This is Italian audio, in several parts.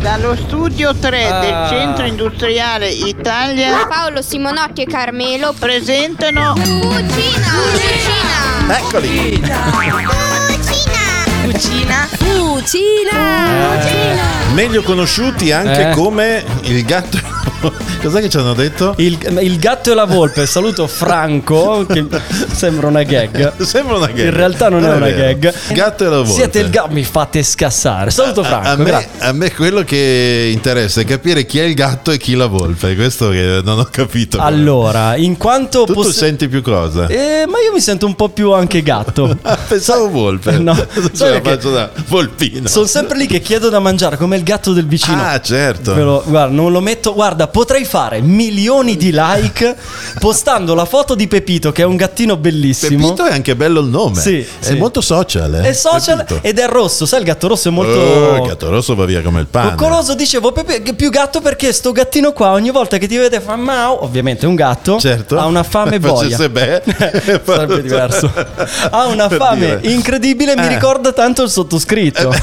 Dallo studio 3 del Centro Industriale Italia, Paolo Simonotti e Carmelo presentano Cucina. Eccoli. Cucina. Meglio conosciuti anche come il gatto. Cos'è che ci hanno detto? Il gatto e la volpe. Saluto Franco, che sembra una gag. Sembra una gag. In realtà non è una vero. gag. Gatto e la volpe. Siete il gatto, mi fate scassare. Saluto Franco. A me quello che interessa è capire chi è il gatto e chi la volpe. Questo che non ho capito. Allora, in quanto tu senti più cosa? Ma io mi sento un po' più anche gatto. Pensavo volpe. No, Ce la faccio da volpino. Sono sempre lì che chiedo da mangiare come il gatto del vicino. Ah, certo. Guarda, non lo metto. Guarda, potrei fare milioni di like postando la foto di Pepito, che è un gattino bellissimo. Pepito è anche bello il nome. Sì, è molto social. È social Pepito. ed è rosso. Sai, il gatto rosso è molto. Il gatto rosso va via come il pane. Coccoloso. Dicevo Pepe, che più gatto, perché sto gattino qua ogni volta che ti vede fa mau. Ovviamente è un gatto. Certo. Ha una fame boia. Sarebbe diverso. Ha una fame incredibile. Mi ricorda tanto il sottoscritto.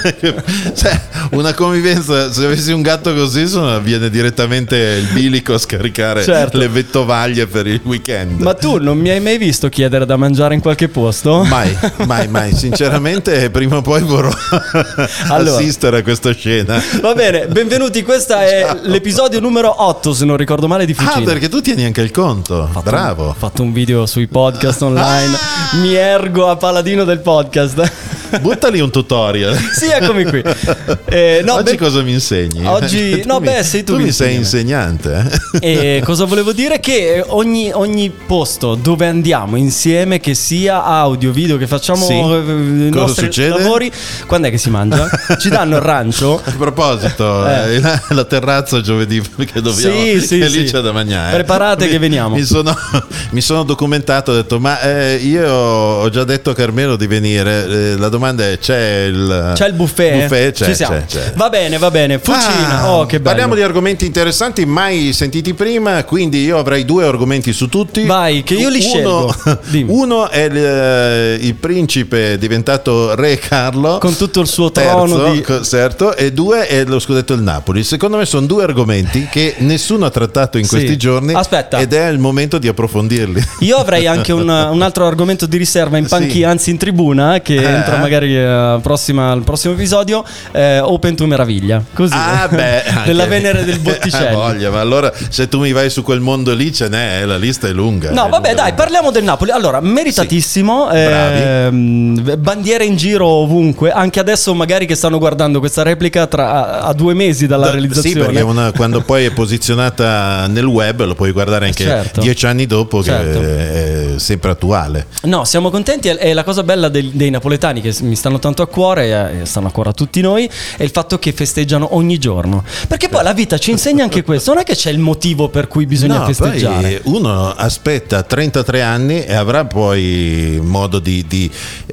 Cioè, una convivenza, se avessi un gatto così viene direttamente il bilico a scaricare le vettovaglie per il weekend. Ma tu non mi hai mai visto chiedere da mangiare in qualche posto? Mai. Sinceramente prima o poi vorrò assistere a questa scena. Va bene, benvenuti, questo è l'episodio numero 8 se non ricordo male di Fucina. Ah, perché tu tieni anche il conto. Bravo. Ho fatto un video sui podcast online. Mi ergo a paladino del podcast. Buttali un tutorial. Sì, eccomi qui. Oggi cosa mi insegni? Oggi sei tu mi sei insegnante. E cosa volevo dire? Che ogni posto dove andiamo insieme, che sia audio, video, che facciamo i nostri lavori, quando è che si mangia? Ci danno il rancio. A proposito, la terrazza giovedì che dobbiamo, lì c'è da mangiare. Preparate che veniamo. Mi sono documentato, ho detto io ho già detto a Carmelo di venire. La domanda è: c'è il buffet? C'è. Va bene. Fucina. Che bello. Parliamo di argomenti interessanti mai sentiti prima, quindi io avrei due argomenti su tutti. Vai, che io li scelgo. Uno è il principe diventato re Carlo con tutto il suo trono certo, e due è lo scudetto del Napoli. Secondo me sono due argomenti che nessuno ha trattato in questi giorni. Aspetta. Ed è il momento di approfondirli. Io avrei anche un altro argomento di riserva in panchina, anzi in tribuna, che entra magari al prossimo episodio. Open to Meraviglia, così della Venere del Botticelli. Voglia, ma allora se tu mi vai su quel mondo lì ce n'è, la lista è lunga. No, vabbè, dai, parliamo del Napoli. Allora, meritatissimo, bandiere in giro ovunque. Anche adesso magari che stanno guardando questa replica a 2 mesi dalla realizzazione. Sì, perché quando poi è posizionata nel web lo puoi guardare anche 10 anni dopo, che è sempre attuale. No, siamo contenti. E la cosa bella dei napoletani, che mi stanno tanto a cuore, e stanno a cuore a tutti noi, è il fatto che festeggiano ogni giorno. Perché poi la vita ci insegna anche questo. Non è che c'è il motivo per cui bisogna festeggiare. Poi uno aspetta 33 anni e avrà poi modo di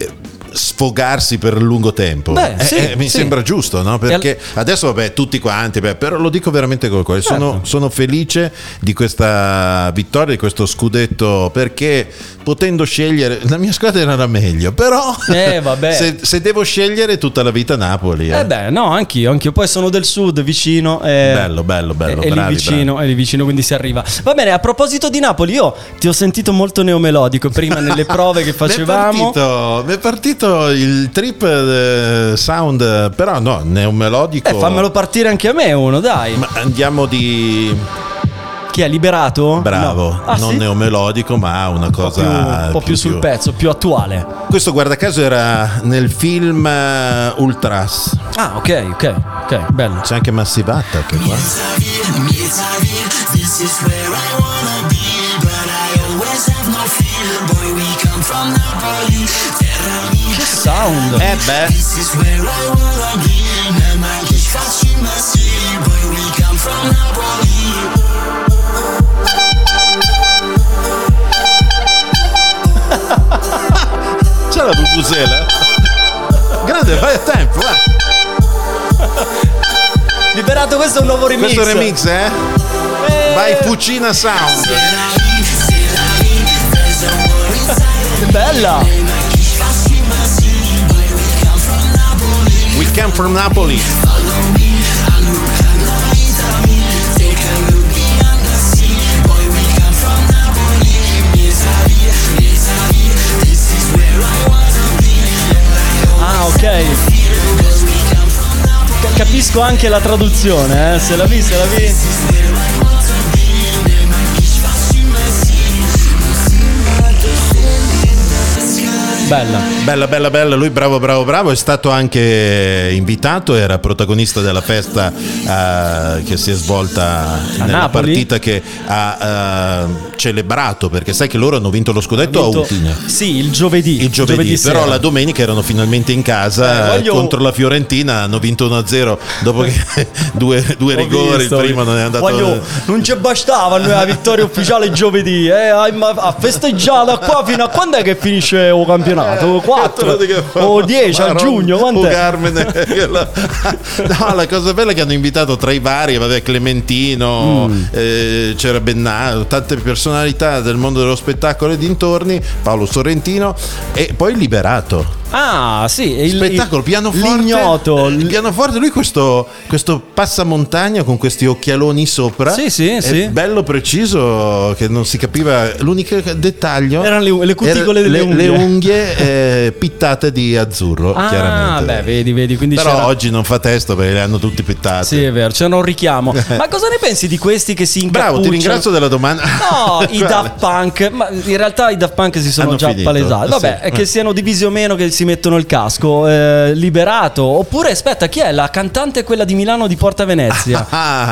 sfogarsi per lungo tempo. Mi sembra giusto, no? Perché adesso tutti quanti, però lo dico veramente col cuore, sono felice di questa vittoria, di questo scudetto, perché potendo scegliere, la mia squadra era meglio, però se devo scegliere tutta la vita Napoli. No, anch'io poi sono del sud, vicino, bello, è lì vicino, quindi si arriva. Va bene, a proposito di Napoli, io ti ho sentito molto neomelodico prima nelle prove che facevamo. Mi è partito il trip sound, però no, neomelodico. Fammelo partire anche a me uno, dai. Ma andiamo di... Chi è Liberato? Bravo, no. non neomelodico, ma una cosa un po' più sul pezzo, più attuale. Questo guarda caso era nel film Ultras. Ah, ok, bello. C'è anche Massivatta che qua. Che sound. C'è la Vuvuzela? Grande, vai a tempo, vai. Liberato, questo è un nuovo remix. Questo remix, Vai Fucina Sound. Che bella. We come from Napoli. capisco anche la traduzione, se la vi. Bella, lui bravo, è stato anche invitato, era protagonista della festa che si è svolta nella Napoli? partita che ha celebrato, perché sai che loro hanno vinto lo scudetto a Udine. Sì, il giovedì Però sera. la domenica erano finalmente in casa contro la Fiorentina, hanno vinto 1-0 dopo che due rigori, il primo non è andato. Non ci bastava noi la vittoria ufficiale giovedì, a festeggiare qua fino a quando è che finisce il campionato? 4 o 10 a giugno, quant'è? No, la cosa bella è che hanno invitato tra i vari, Clementino, c'era Bennato, tante personalità del mondo dello spettacolo e dintorni, Paolo Sorrentino, e poi Liberato. Ah, sì, Spettacolo, pianoforte. L'ignoto. Il pianoforte, lui questo passamontagna con questi occhialoni sopra. Sì. Bello preciso, che non si capiva. L'unico dettaglio erano le cuticole delle unghie. Le unghie pittate di azzurro, chiaramente. Beh, vedi, quindi però oggi non fa testo perché le hanno tutte pittate. Sì, è vero, c'era un richiamo. Ma cosa ne pensi di questi che si incappucciano? Bravo, ti ringrazio della domanda. No, i Daft Punk, ma in realtà i Daft Punk si sono hanno già finito. palesati. Vabbè, Sì. che siano divisi o meno, che si mettono il casco, Liberato. Oppure, aspetta, chi è la cantante quella di Milano di Porta Venezia?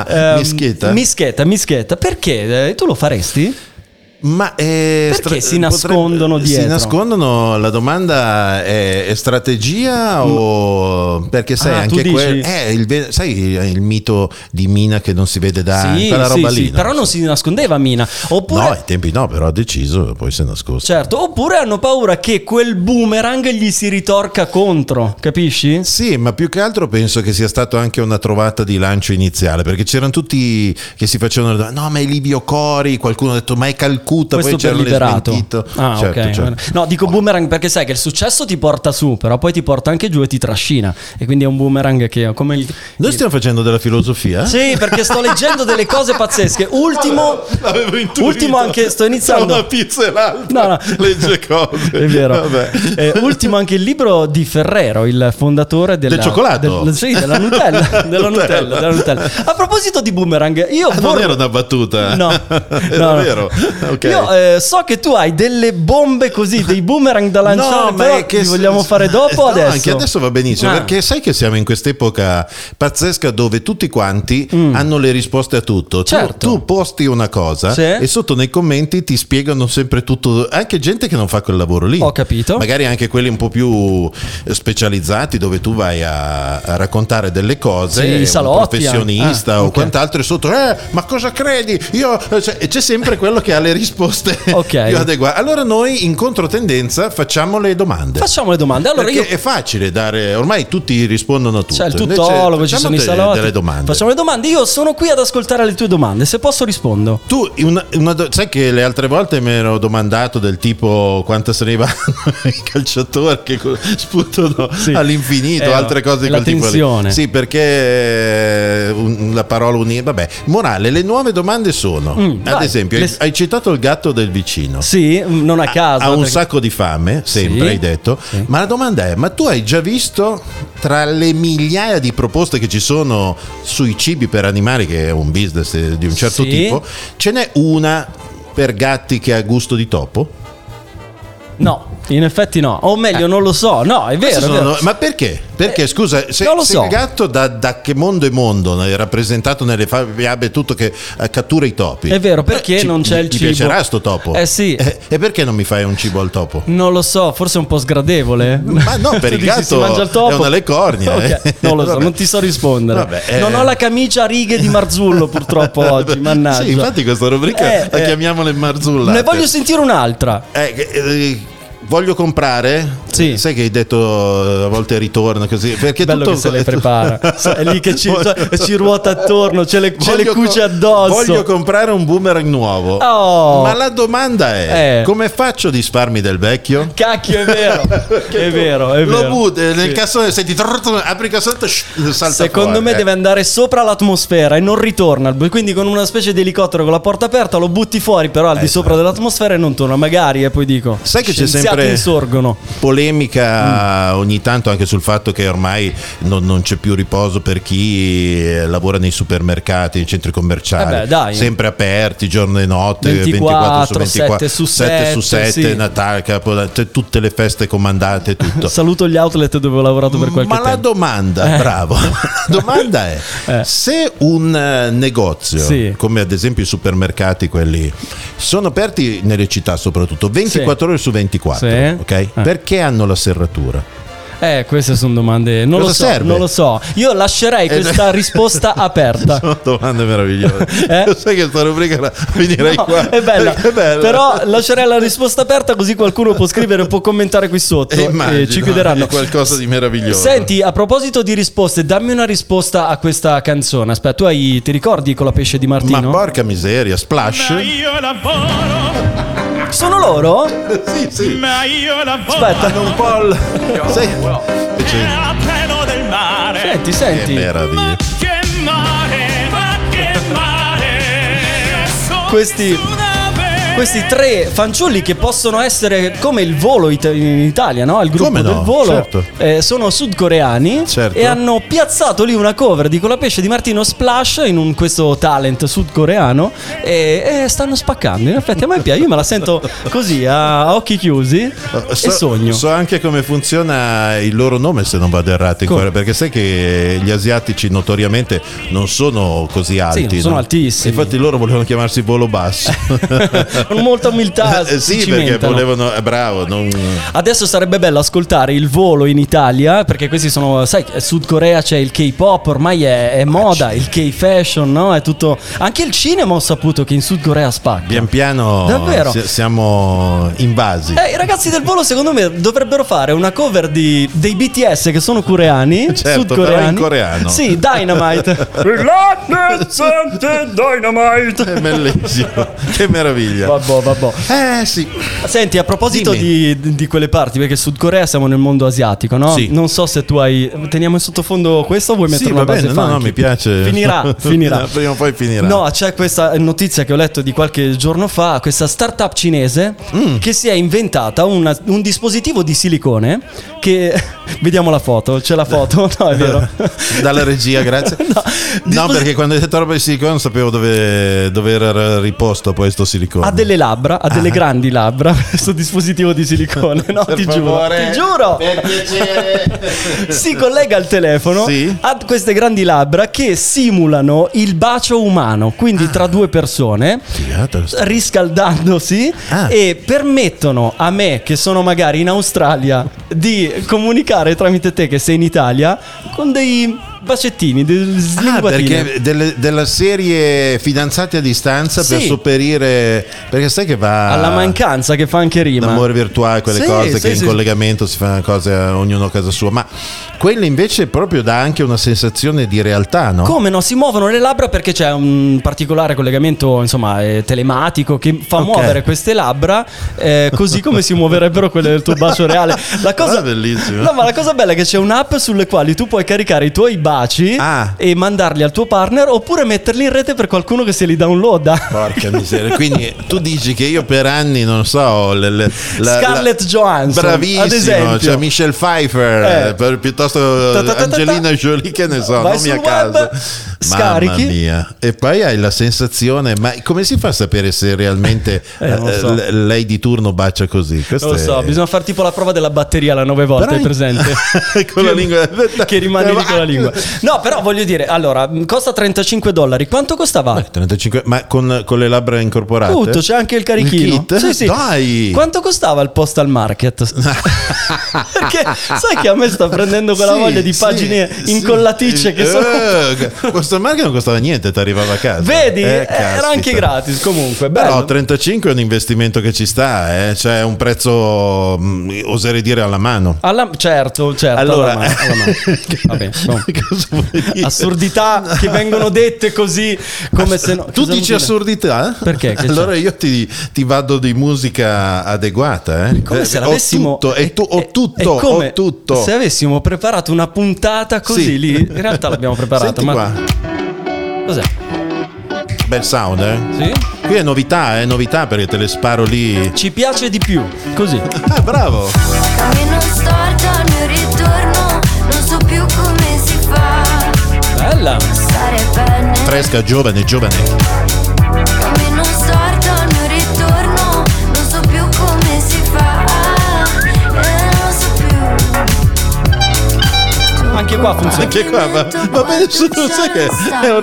Mischeta. Perché? Tu lo faresti? Ma perché si nascondono dietro? Si nascondono, la domanda è strategia o perché sai anche sai il mito di Mina che non si vede da quella roba lì. Sì, però non si nascondeva Mina. Oppure, no, ai tempi no, però ha deciso, poi si è nascosto. Certo, oppure hanno paura che quel boomerang gli si ritorca contro, capisci? Sì, ma più che altro penso che sia stato anche una trovata di lancio iniziale, perché c'erano tutti che si facevano no, ma è Livio Cori, qualcuno ha detto ma è Calcutta. Questo poi c'era Liberato. Certo. No, dico boomerang perché sai che il successo ti porta su, però poi ti porta anche giù e ti trascina, e quindi è un boomerang che come Noi stiamo facendo della filosofia? Sì, perché sto leggendo delle cose pazzesche. Ultimo anche sto iniziando una pizza e l'altra no. legge cose. È vero. Ultimo anche il libro di Ferrero, il fondatore del cioccolato. Della Nutella, della Nutella. A proposito di boomerang, non era una battuta. No. Era vero. Okay. Io so che tu hai delle bombe così, dei boomerang da lanciare, però li vogliamo fare dopo o adesso? Anche adesso va benissimo, perché sai che siamo in quest'epoca pazzesca dove tutti quanti hanno le risposte a tutto. Certo. Tu posti una cosa e sotto nei commenti ti spiegano sempre tutto, anche gente che non fa quel lavoro lì. Ho capito. Magari anche quelli un po' più specializzati, dove tu vai a raccontare delle cose, i salotti, un professionista o quant'altro, e sotto ma cosa credi? C'è sempre quello che ha le risposte più adeguate. Allora noi in controtendenza facciamo le domande. Allora perché è facile dare, ormai tutti rispondono a tutto. C'è il tuttologo, ci sono i salotti. Delle domande. Facciamo le domande. Io sono qui ad ascoltare le tue domande. Se posso rispondo. Tu sai che le altre volte mi ero domandato del tipo quanto se ne vanno i calciatori che spuntano all'infinito, altre cose di quel tipo lì. Sì, perché la parola vabbè, morale, le nuove domande sono ad esempio hai citato il gatto del vicino. Sì, non a caso. Ha un sacco di fame, sempre hai detto. Sì. Ma la domanda è: ma tu hai già visto tra le migliaia di proposte che ci sono sui cibi per animali, che è un business di un certo tipo, ce n'è una per gatti che ha gusto di topo? No, in effetti no. O meglio, non lo so. No, è vero. Ma perché? Perché scusa, se il gatto da che mondo è mondo è rappresentato nelle fiabe tutto che cattura i topi. È vero, perché non c'è il cibo? Ti piacerà sto topo? Sì. E perché non mi fai un cibo al topo? Non lo so, forse è un po' sgradevole. Ma no, per il gatto si mangia il topo. È una lecornia. Non lo so, non ti so rispondere. Non ho la camicia a righe di Marzullo purtroppo oggi, mannaggia. Sì, infatti questa rubrica la chiamiamo le Marzullate. Ne voglio sentire un'altra. Voglio comprare? Sì. Sai che hai detto a volte ritorno così, perché bello tutto che se le prepara. È lì che ci ruota attorno, ce le cuce addosso. Voglio comprare un boomerang nuovo. Ma la domanda è come faccio a disfarmi del vecchio? Cacchio, è vero. È vero. Lo butti nel cassone, senti, apri il cassone, salta secondo fuori. Me deve andare sopra l'atmosfera e non ritorna, quindi con una specie di elicottero con la porta aperta lo butti fuori, però al di sopra dell'atmosfera, e non torna, magari, e poi dico. Sai che c'è sempre che insorgono. Polemica ogni tanto anche sul fatto che ormai non c'è più riposo per chi lavora nei supermercati, nei centri commerciali, dai. sempre aperti giorno e notte, 24 su 24, 7 su 7, sì. sì. Natale, tutte le feste comandate, tutto. Saluto gli outlet dove ho lavorato per qualche tempo. Ma la domanda, bravo, la domanda è se un negozio, sì, come ad esempio i supermercati, quelli sono aperti nelle città soprattutto 24 ore su 24, sì, ok? Perché hanno la serratura? Queste sono domande. Non Cosa serve? Non lo so. Io lascerei questa risposta aperta. Sono domande meravigliose. Sai che sta rubrica finirei qua. È bella. Però lascerei la risposta aperta, così qualcuno può scrivere, può commentare qui sotto. E ci chiuderanno. È qualcosa di meraviglioso. Senti, a proposito di risposte, dammi una risposta a questa canzone. Aspetta, ti ricordi Con la pesce di Martino? Ma porca miseria, Splash. Ma io lavoro. Sono loro? Sì. Ma io lavoro. Aspetta, Hanno un po' sai, a pelo del mare. Senti. che meraviglia. Ma che mare. Questi tre fanciulli che possono essere come il volo in Italia, no? Il gruppo Come no? del volo. Certo. Sono sudcoreani, Certo. e hanno piazzato lì una cover di Con la pesce di Martino, Splash, in questo talent sudcoreano, e stanno spaccando. In effetti a me piace, io me la sento così a occhi chiusi e sogno. So anche come funziona il loro nome, se non vado errato, perché sai che gli asiatici notoriamente non sono così alti, non sono altissimi. Infatti loro volevano chiamarsi volo basso. Con molta umiltà. Sì, perché volevano, bravo. Adesso sarebbe bello ascoltare il volo in Italia, perché questi sono, sai, Sud Corea c'è il K-pop, ormai è moda, il K-fashion, no? È tutto. Anche il cinema ho saputo che in Sud Corea spacca. Pian piano davvero siamo invasi. I ragazzi del volo secondo me dovrebbero fare una cover dei BTS, che sono coreani, certo, sudcoreani. però in coreano. Sì, Dynamite. Dynamite. È bellissimo. Che meraviglia. Vabbè. Sì. Senti, a proposito di quelle parti, perché Sud Corea siamo nel mondo asiatico, no? Sì. Non so se tu teniamo in sottofondo questo o vuoi mettere una base funky? No, mi piace. Finirà. Prima o poi finirà. No, c'è questa notizia che ho letto di qualche giorno fa, questa startup cinese che si è inventata un dispositivo di silicone che vediamo la foto, c'è la foto, no, è vero. Dalla regia, grazie. No, perché quando hai detto roba di silicone non sapevo dove era riposto poi sto silicone. Ha delle labbra, ha delle grandi labbra questo dispositivo di silicone, no? Per ti favore, giuro. Per piacere. Si collega al telefono, sì, ha queste grandi labbra che simulano il bacio umano, quindi tra due persone, riscaldandosi, e permettono a me, che sono magari in Australia, di comunicare tramite te che sei in Italia con dei bacettini, delle slinguatine. Perché della serie Fidanzati a distanza, per sopperire, perché sai che va alla mancanza, che fa anche rima, l'amore virtuale, quelle cose che in collegamento si fanno cose ognuno a casa sua, ma quella invece proprio dà anche una sensazione di realtà, no? Come no? Si muovono le labbra perché c'è un particolare collegamento, insomma, telematico, che fa muovere queste labbra così come si muoverebbero quelle del tuo bacio reale. La cosa bellissima. No, ma la cosa bella è che c'è un'app sulle quali tu puoi caricare i tuoi baci e mandarli al tuo partner, oppure metterli in rete per qualcuno che se li downloada. Porca miseria. Quindi tu dici che io per anni, non so, Scarlett Johansson, bravissimo, ad esempio, cioè Michelle Pfeiffer, piuttosto Angelina Jolie, che ne so, vai non mi sul a caso. web, scarichi. Mamma mia. E poi hai la sensazione, ma come si fa a sapere se realmente lei di turno bacia così? Non lo so, bisogna fare tipo la prova della batteria la 9 volte, hai presente? Con la lingua che rimane lì con la lingua. No, però voglio dire, allora, costa $35. Quanto costava? 35, ma con le labbra incorporate? Tutto, c'è anche il carichino. Il kit? Sì. Dai! Quanto costava il Postal Market? Perché sai che a me sta prendendo quella voglia di pagine incollaticce che sono. Questo market non costava niente, ti arrivava a casa. Vedi? Era anche gratis comunque. Bello. Però 35 è un investimento che ci sta, cioè un prezzo, oserei dire, alla mano. Certo. Allora, alla mano. Vabbè, assurdità che vengono dette così, come se no. Tu dici assurdità? Perché? Allora io ti vado di musica adeguata, come se l'avessimo ho tutto. Se avessimo preparato una puntata così lì, in realtà l'abbiamo preparata. Senti qua. Cos'è? Bel sound, Sì? Qui è novità perché te le sparo lì. Ci piace di più, così. Ah, bravo. Cammino storto al mio ritorno, non so più come si fa. Bella. Stare bene. Fresca, giovane. Cammino storto al mio ritorno, non so più come si fa. Non so più. Anche qua funziona. Anche qua va bene, sai che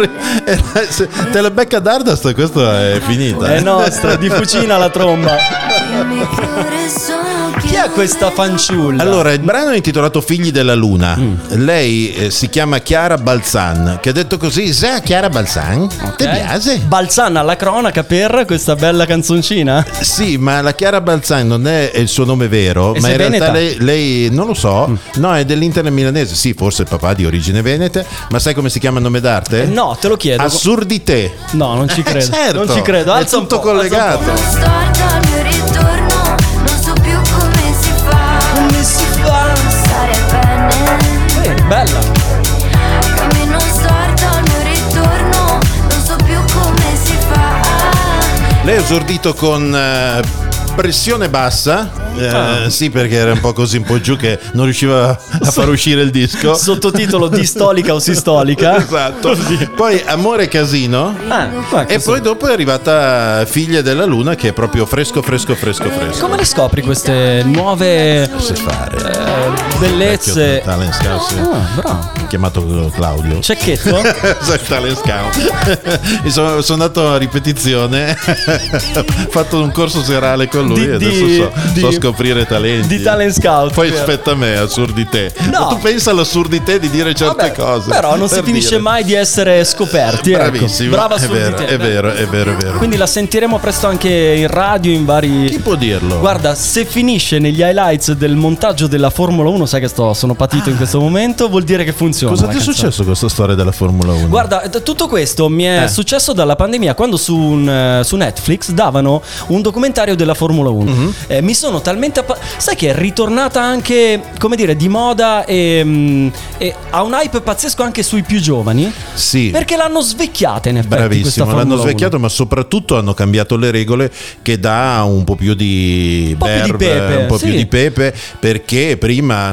se te la becca Dardust, questa è finita. È nostra, di fucina la tromba. Le mie fiore sono Chi è questa fanciulla? Allora, il brano è intitolato Figli della Luna. Lei si chiama Chiara Balzan, che ha detto così, sai Chiara Balzan? Ti piace? Balzan alla cronaca per questa bella canzoncina? Sì, ma la Chiara Balzan non è il suo nome vero, E ma sei in realtà veneta? lei non lo so, no, è dell'Inter milanese, sì, forse il papà di origine venete, ma sai come si chiama il nome d'arte? No, te lo chiedo. Assurdité. No, non ci credo. Certo, Non ci credo. è Alza un tutto po', alza un po'. collegato. storto al mio ritorno, non so più come si fa. Come si fa? Stare bene. Bella. Cammino storto al mio ritorno, non so più come si fa. Lei ha esordito con pressione bassa. Sì, perché era un po' così, un po' giù, che non riusciva a far uscire il disco. Sottotitolo distolica o sistolica. Esatto. Poi Amore Casino. E poi dopo è arrivata Figlia della Luna, che è proprio fresco. Come le scopri queste nuove Se fare. bellezze? Talent Scout, sì. Bravo. Chiamato Claudio. Cecchetto? Talent Scout. sono andato a ripetizione, ho fatto un corso serale con lui e adesso so scoprire talenti. Di Talent Scout. Poi vero. aspetta me, assurdité. No. Ma tu pensa all'assurdità di dire certe Vabbè, cose. però non si per finisce dire. mai di essere scoperti. Bravissimo. Ecco. Brava è vero, assurdità. è vero. Quindi la sentiremo presto anche in radio, in vari... Chi può dirlo? Guarda, se finisce negli highlights del montaggio della Formula 1, sai che sono patito in questo momento, vuol dire che funziona. Cosa la ti è canzone. successo con questa storia della Formula 1? Guarda, tutto questo mi è successo dalla pandemia, quando su Netflix davano un documentario della Formula 1. Mi sono talmente sai che è ritornata anche, come dire, di moda e ha un hype pazzesco anche sui più giovani. Sì. Perché l'hanno svecchiata in effetti. questa Bravissimo, Formula l'hanno 1. svecchiato, ma soprattutto hanno cambiato le regole, che dà un po' più di po' più di pepe, un po' sì. più di pepe, perché prima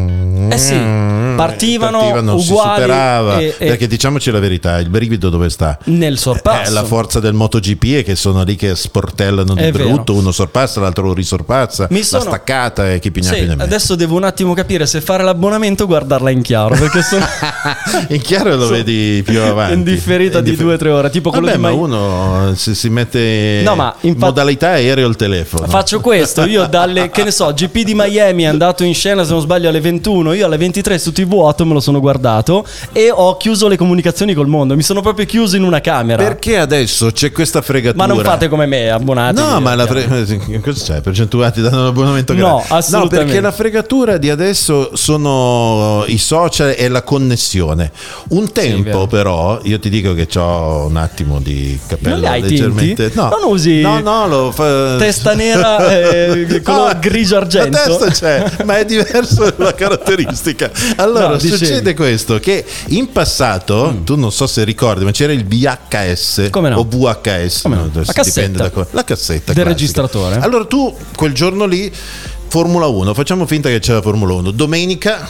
partivano si uguali superava, e- perché diciamoci la verità, il brivido dove sta? Nel sorpasso. La forza del MotoGP è che sono lì che sportellano di È vero. brutto, uno sorpassa, l'altro lo risorpassa, Mi la sono- staccata e chi pigna Sì, più ne mette. adesso devo un attimo capire se fare l'abbonamento o guardarla in chiaro, perché sono In chiaro lo vedi più avanti. in differita di 2 o 3 ore, tipo quello Vabbè, di ma Mai- uno si mette No, ma infatti- modalità aereo al telefono. Faccio questo, io dalle, che ne so, GP di Miami è andato in scena, se non sbaglio, alle 21, io alle 23 su TV8 me lo sono guardato e ho chiuso le comunicazioni col mondo, mi sono proprio chiuso in una camera. Perché adesso c'è questa fregatura? Ma non fate come me, abbonatevi. No, ma cosa c'è? Percentuati danno l'abbonamento No, gratis? assolutamente. No, perché la fregatura di adesso sono i social e la connessione. Un tempo, vero. però, io ti dico che ho un attimo di capello Non li hai leggermente. tinti? No, Non usi no, lo fa. testa nera, color grigio argento? La testa c'è, ma è diversa la caratteristica. Allora, No, dicevi. succede questo: che in passato, tu non so se ricordi, ma c'era il VHS Come no? o VHS, Come no? adesso La cassetta. dipende la cassetta Del classica. registratore. Allora tu quel giorno lì, Formula 1, facciamo finta che c'è la Formula 1. Domenica,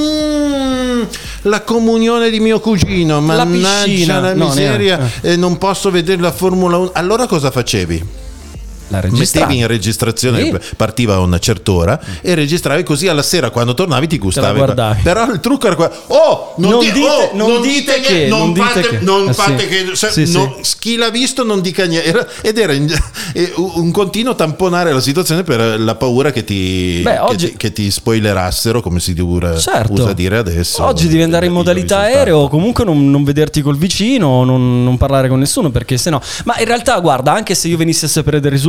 la comunione di mio cugino, La mannaggia piscina. la No, miseria, neanche. non posso vedere la Formula 1. Allora cosa facevi? La Mettevi in registrazione, Sì. partiva a una certa ora e registravi, così alla sera quando tornavi ti gustavi. guardavi. Però il trucco era qua. Non dite che non fate che Sì, no, chi l'ha visto non dica niente. Ed era un continuo tamponare la situazione per la paura che ti Beh, oggi- che ti spoilerassero, come si Certo. usa dire adesso. Oggi devi andare in Il modalità risultato. aereo o comunque non vederti col vicino, non parlare con nessuno, perché sennò. Ma in realtà, guarda, anche se io venissi a sapere del risultato,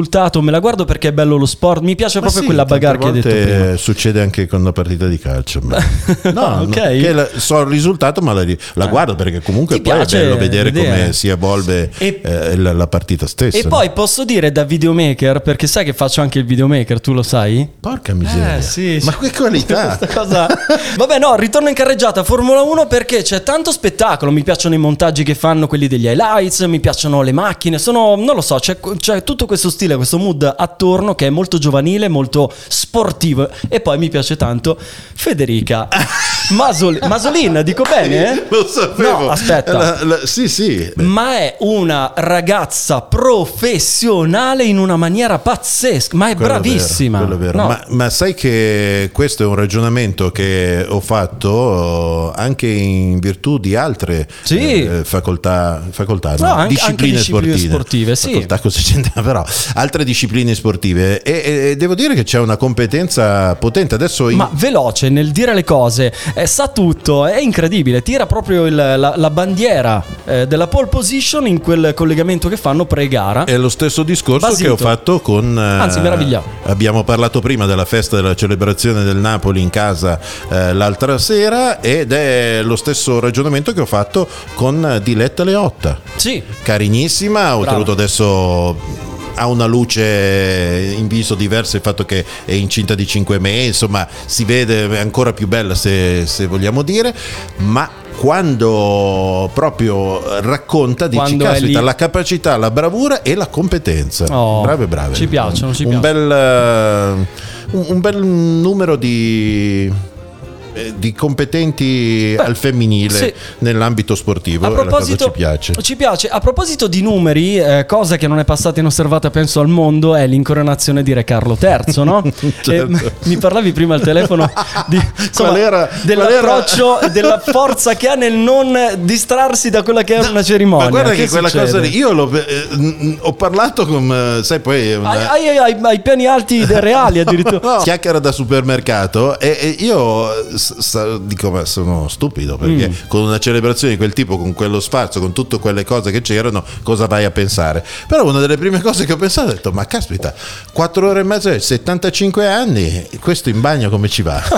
risultato, me la guardo perché è bello lo sport, mi piace proprio quella bagarre che hai detto prima. Succede anche con una partita di calcio. No, ok. So il risultato, ma la guardo perché comunque Ti poi è piace bello vedere come si evolve E- la partita stessa. E poi posso dire da videomaker, perché sai che faccio anche il videomaker, tu lo sai? Porca miseria. Sì, Ma che qualità! Questa cosa. Vabbè, no, ritorno in carreggiata Formula 1 perché c'è tanto spettacolo. Mi piacciono i montaggi che fanno, quelli degli highlights, mi piacciono le macchine. Non lo so, c'è tutto questo stile, questo mood attorno che è molto giovanile, molto sportivo. E poi mi piace tanto Federica Masolin, dico bene? Lo sapevo. No, aspetta. Sì. Ma è una ragazza professionale in una maniera pazzesca, ma è Quello bravissima. Quello è vero. No. Ma sai che questo è un ragionamento che ho fatto anche in virtù di altre facoltà no? Anche discipline sportive, sì. Facoltà così c'entra, però altre discipline sportive e devo dire che c'è una competenza potente adesso. Ma veloce nel dire le cose, sa tutto, è incredibile. Tira proprio la bandiera della pole position in quel collegamento che fanno pre-gara. È lo stesso discorso Basito. che ho fatto con. Anzi, meravigliato. Abbiamo parlato prima della festa della celebrazione del Napoli in casa l'altra sera, ed è lo stesso ragionamento che ho fatto con Diletta Leotta. Sì. Carinissima, oltretutto adesso ha una luce in viso diversa, il fatto che è incinta di 5 mesi, insomma si vede, è ancora più bella se vogliamo dire, ma quando proprio racconta dici Quando è caspita, lì. la capacità, la bravura e la competenza. Oh, brave. ci piacciono. Un bel numero di competenti al femminile, sì. Nell'ambito sportivo. A proposito, la cosa ci piace. A proposito di numeri, cosa che non è passata inosservata penso al mondo è l'incoronazione di Re Carlo III, no? Certo. Mi parlavi prima al telefono dell'approccio e della forza che ha nel non distrarsi da quella che è una cerimonia. Ma guarda che quella succede? cosa lì, io ho parlato con, sai, poi ai piani alti dei reali addirittura. chiacchiera da supermercato e io dico, ma sono stupido, perché con una celebrazione di quel tipo, con quello sfarzo, con tutte quelle cose che c'erano, cosa vai a pensare? Però una delle prime cose che ho pensato, ho detto, ma caspita, 4 ore e mezza, 75 anni, questo in bagno come ci va?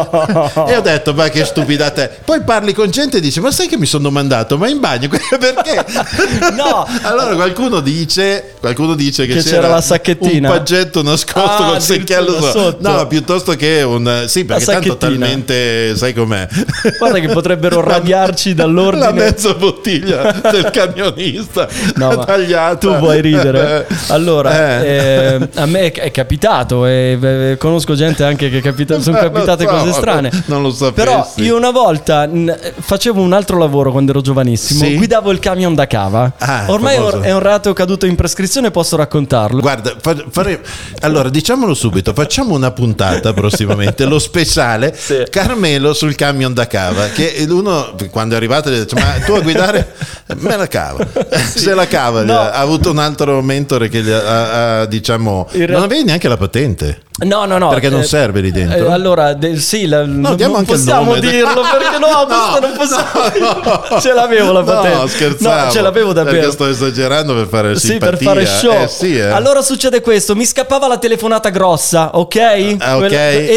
E ho detto, ma che stupidata è. Poi parli con gente e dici, ma sai che mi sono domandato, ma in bagno perché? No. Allora qualcuno dice che c'era la sacchettina, un paggetto nascosto col secchiello sotto. No, piuttosto che sì, perché tanto talmente, sai com'è, guarda che potrebbero radiarci dall'ordine la mezza bottiglia del camionista tagliata. Tu vuoi ridere. Allora a me è capitato e conosco gente anche che sono capitate cose strane. Non lo sapessi. Però io una volta facevo un altro lavoro quando ero giovanissimo, sì? Guidavo il camion da cava. Ormai è un reato caduto in prescrizione, posso raccontarlo. Guarda, allora diciamolo subito, facciamo una puntata prossimamente, lo speciale Sì. Carmelo sul camion da cava, che uno quando è arrivato gli dice, ma tu a guidare? Me la cava. Sì. Se la cava, No. ha avuto un altro mentore che gli ha diciamo, non avevi neanche la patente. No. Perché non serve lì dentro. Allora, sì, non diamo anche il possiamo nome. dirlo perché questo non possiamo. No. Ce l'avevo la patente. No, scherzavo. No, ce l'avevo davvero. Perché sto esagerando per fare simpatia. Per fare show. Sì. Allora succede questo, mi scappava la telefonata grossa, ok? Ok.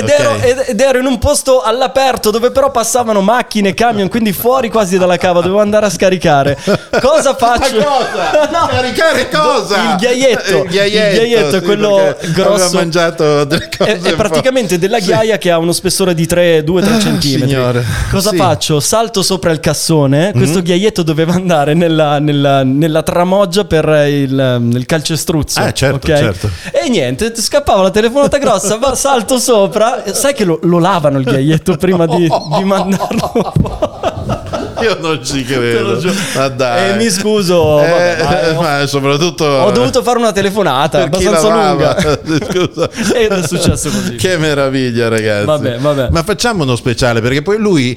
Ed ero in un posto all'aperto dove però passavano macchine, camion, quindi fuori quasi dalla cava, dovevo andare a scaricare. Cosa faccio? Ma cosa? No. Caricare cosa? Il ghiaietto, sì, quello grosso. Aveva mangiato delle cose È praticamente della ghiaia che ha uno spessore di 2-3 centimetri. Signore. Cosa Sì. faccio? Salto sopra il cassone. Questo ghiaietto doveva andare nella tramoggia per il calcestruzzo. Certo, ok? certo. E niente, scappava la telefonata grossa, salto sopra. Sai che lo lavano il ghiaietto prima di mandarlo Io non ci credo. Ma dai. mi scuso. Vabbè, ma soprattutto ho dovuto fare una telefonata per chi abbastanza lavava. lunga. Scusa. Ed è successo così. Che meraviglia, ragazzi. Vabbè. Ma facciamo uno speciale, perché poi lui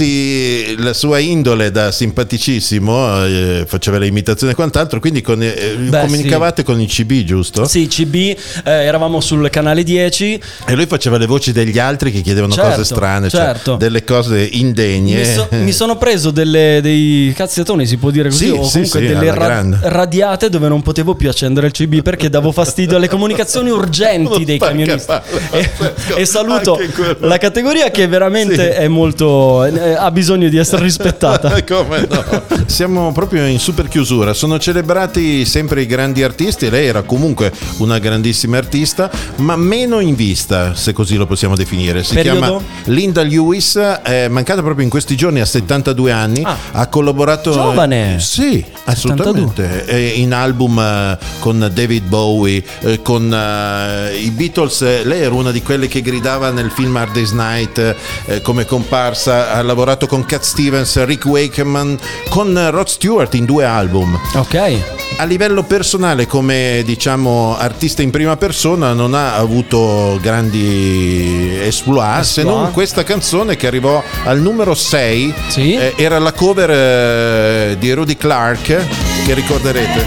la sua indole da simpaticissimo, faceva le imitazioni e quant'altro, quindi comunicavate con il CB, giusto? Sì, CB, eravamo sul canale 10. E lui faceva le voci degli altri che chiedevano Certo, cose strane, certo. cioè delle cose indegne. Mi sono preso dei cazziatoni, si può dire così, Sì, o sì, comunque sì, delle alla grande. radiate dove non potevo più accendere il CB perché davo fastidio alle comunicazioni urgenti dei camionisti. E saluto Anche quello. la categoria che veramente è molto ha bisogno di essere rispettata. Come no? Siamo proprio in super chiusura. Sono celebrati sempre i grandi artisti. Lei era comunque una grandissima artista, ma meno in vista, se così lo possiamo definire. Si Periodo? chiama Linda Lewis, è mancata proprio in questi giorni a 72 anni. Ha collaborato Giovane. Sì, assolutamente. In album con David Bowie, con i Beatles. Lei era una di quelle che gridava nel film Hard Day's Night come comparsa. Ha lavorato con Cat Stevens, Rick Wakeman, con Rod Stewart in 2 album. Ok. A livello personale, come diciamo artista in prima persona, non ha avuto grandi exploit, se non questa canzone che arrivò al numero 6. Sì. Era la cover di Rudy Clark, che ricorderete.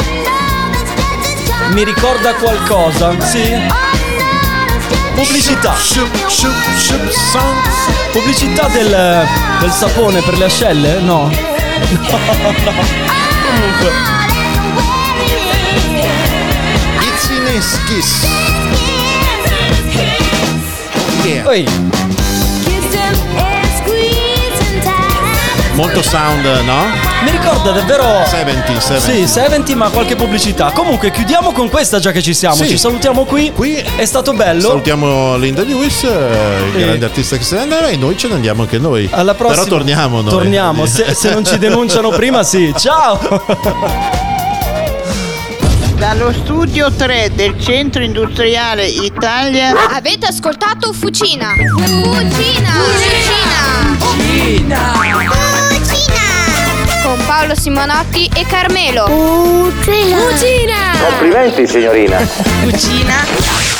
Mi ricorda qualcosa, sì. Pubblicità. Pubblicità del sapone per le ascelle? No. Comunque. It's in his kiss. Yeah. Oi. Molto sound, no? Mi ricorda davvero 70. Sì, 70, ma qualche pubblicità. Comunque chiudiamo con questa, già che ci siamo. Sì. Ci salutiamo qui. È stato bello. Salutiamo Linda Lewis, il grande artista che se ne andava, e noi ce ne andiamo anche noi. Alla prossima. Però torniamo noi. Torniamo, se non ci denunciano prima, sì. Ciao. Dallo studio 3 del Centro Industriale Italia. Avete ascoltato Fucina. Fucina. Con Paolo Simonotti e Carmelo. Fucina. Complimenti signorina. Fucina.